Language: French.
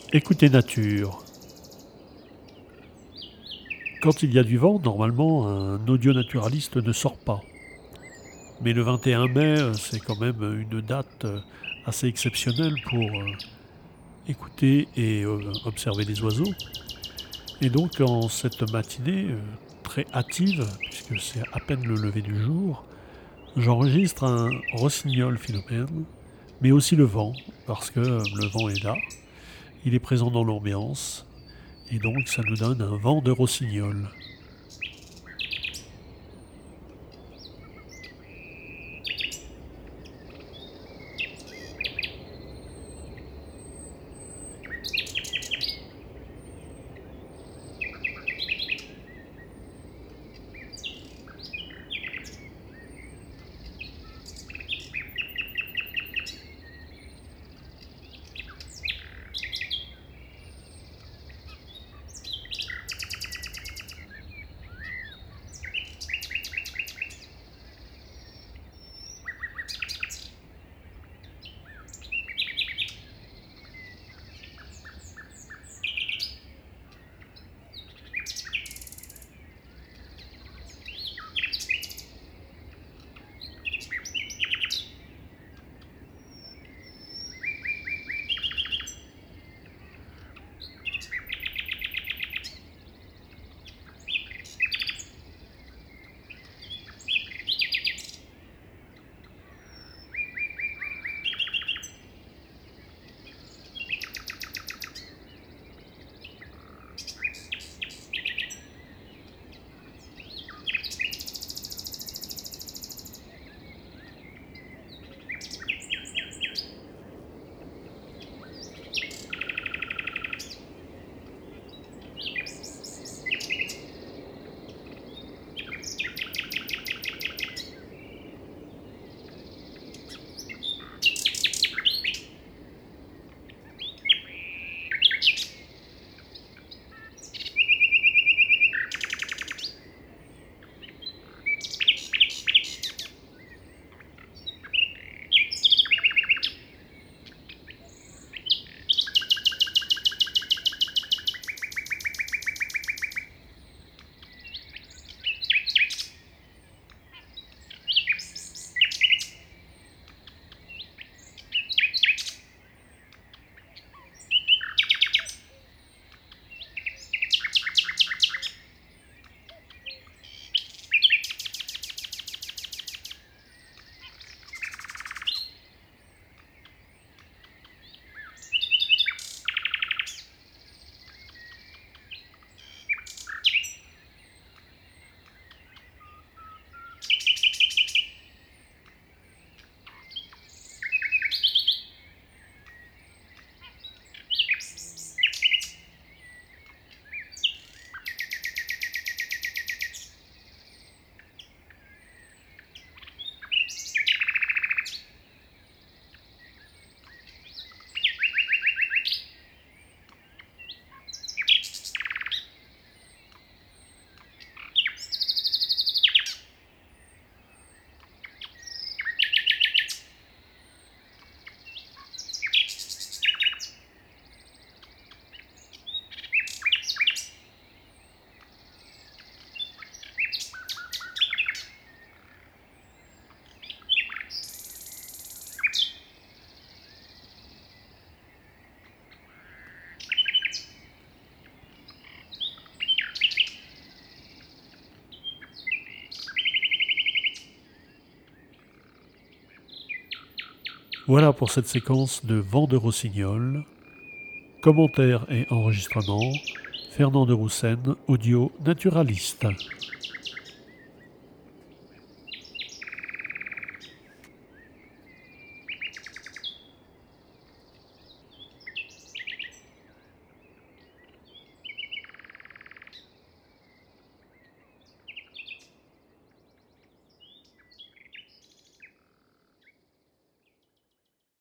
Écoutez nature. Quand il y a du vent, normalement, un audio-naturaliste ne sort pas. Mais le 21 mai, c'est quand même une date assez exceptionnelle pour écouter et observer les oiseaux. Et donc, en cette matinée très hâtive, puisque c'est à peine le lever du jour, j'enregistre un rossignol philopène, mais aussi le vent, parce que le vent est là, il est présent dans l'ambiance, et donc ça nous donne un vent de rossignol. Voilà pour cette séquence de vent de rossignol. Commentaires et enregistrements, Fernand de Roussen, audio naturaliste.